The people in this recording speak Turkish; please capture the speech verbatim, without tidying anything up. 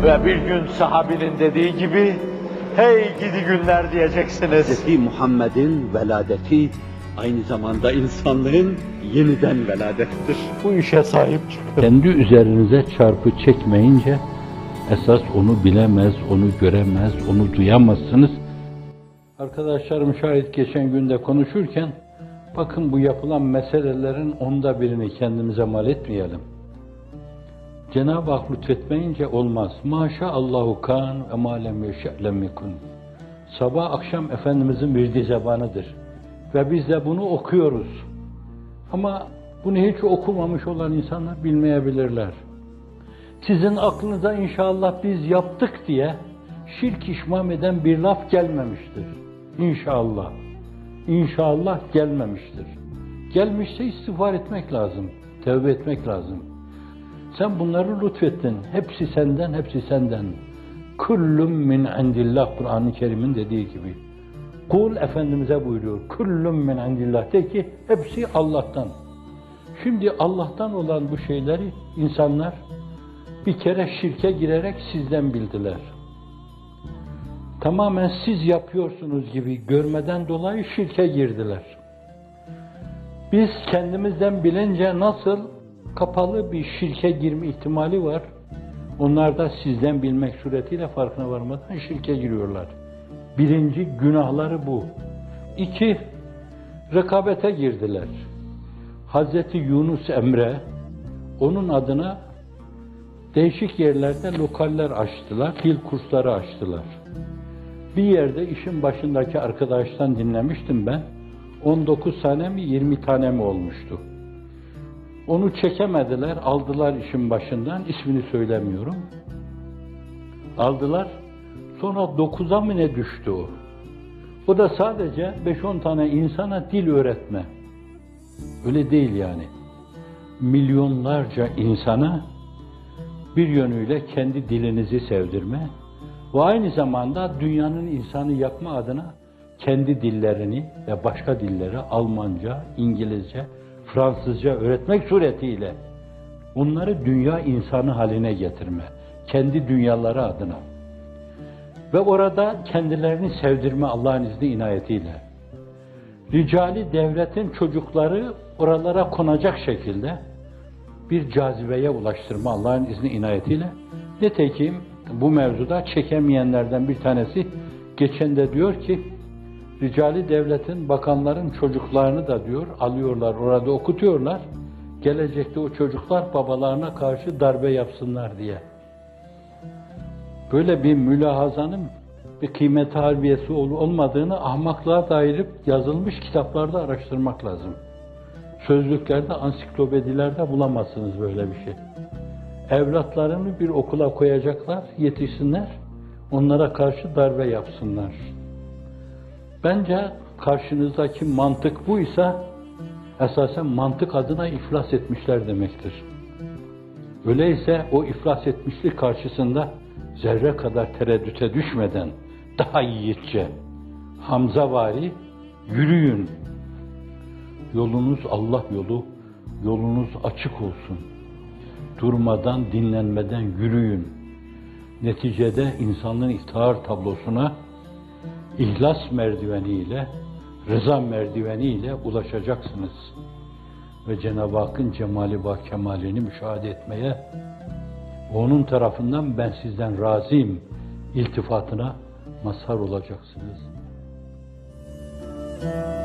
Ve bir gün sahabinin dediği gibi, hey gidi günler diyeceksiniz. Hazreti Muhammed'in veladeti aynı zamanda insanlığın yeniden veladettir. Bu işe sahip çıkın. Kendi üzerinize çarpı çekmeyince, esas onu bilemez, onu göremez, onu duyamazsınız. Arkadaşlarım şahit geçen günde konuşurken, bakın bu yapılan meselelerin onda birini kendimize mal etmeyelim. Cenab-ı Hak lütfetmeyince olmaz. Maşaallahu kan ve ma lem yeşe lem yekun. Sabah akşam Efendimizin verdiği zebanıdır. Ve biz de bunu okuyoruz. Ama bunu hiç okumamış olan insanlar bilmeyebilirler. Sizin aklınıza inşallah biz yaptık diye şirk işmam eden bir laf gelmemiştir. İnşallah. İnşallah gelmemiştir. Gelmişse istiğfar etmek lazım. Tevbe etmek lazım. Sen bunları lütfettin. Hepsi senden, hepsi senden. Kullum min indillah, Kur'an-ı Kerim'in dediği gibi. Kul Efendimiz'e buyuruyor. Kullum min indillah. De ki hepsi Allah'tan. Şimdi Allah'tan olan bu şeyleri insanlar bir kere şirke girerek sizden bildiler. Tamamen siz yapıyorsunuz gibi görmeden dolayı şirke girdiler. Biz kendimizden bilince nasıl kapalı bir şirke girme ihtimali var, onlar da sizden bilmek suretiyle farkına varmadan şirke giriyorlar. Birinci günahları bu. İki, rekabete girdiler. Hazreti Yunus Emre, onun adına değişik yerlerde lokaller açtılar, dil kursları açtılar. Bir yerde işin başındaki arkadaştan dinlemiştim ben, on dokuz tane mi yirmi tane mi olmuştu. Onu çekemediler, aldılar işin başından, ismini söylemiyorum. Aldılar, sonra dokuza mı ne düştü o? O da sadece beş on tane insana dil öğretme. Öyle değil yani. Milyonlarca insana bir yönüyle kendi dilinizi sevdirme ve aynı zamanda dünyanın insanı yapma adına kendi dillerini ve başka dilleri Almanca, İngilizce, Fransızca öğretmek suretiyle bunları dünya insanı haline getirme, kendi dünyaları adına. Ve orada kendilerini sevdirme Allah'ın izni inayetiyle. Ricali devletin çocukları oralara konacak şekilde bir cazibeye ulaştırma Allah'ın izni inayetiyle. Nitekim bu mevzuda çekemeyenlerden bir tanesi geçen de diyor ki, Ricali devletin, bakanların çocuklarını da diyor, alıyorlar, orada okutuyorlar. Gelecekte o çocuklar babalarına karşı darbe yapsınlar diye. Böyle bir mülahazanın bir kıymet harbiyesi olmadığını ahmaklığa dair yazılmış kitaplarda araştırmak lazım. Sözlüklerde, ansiklopedilerde bulamazsınız böyle bir şey. Evlatlarını bir okula koyacaklar, yetişsinler, onlara karşı darbe yapsınlar. Bence karşınızdaki mantık buysa, esasen mantık adına iflas etmişler demektir. Öyleyse o iflas etmişlik karşısında zerre kadar tereddüte düşmeden, daha yiğitçe, Hamzavari yürüyün. Yolunuz Allah yolu, yolunuz açık olsun. Durmadan, dinlenmeden yürüyün. Neticede insanlığın iftihar tablosuna İhlas merdiveniyle, rıza merdiveniyle ulaşacaksınız. Ve Cenab-ı Hakk'ın cemali ve kemalini müşahede etmeye, onun tarafından ben sizden razıyım iltifatına mazhar olacaksınız.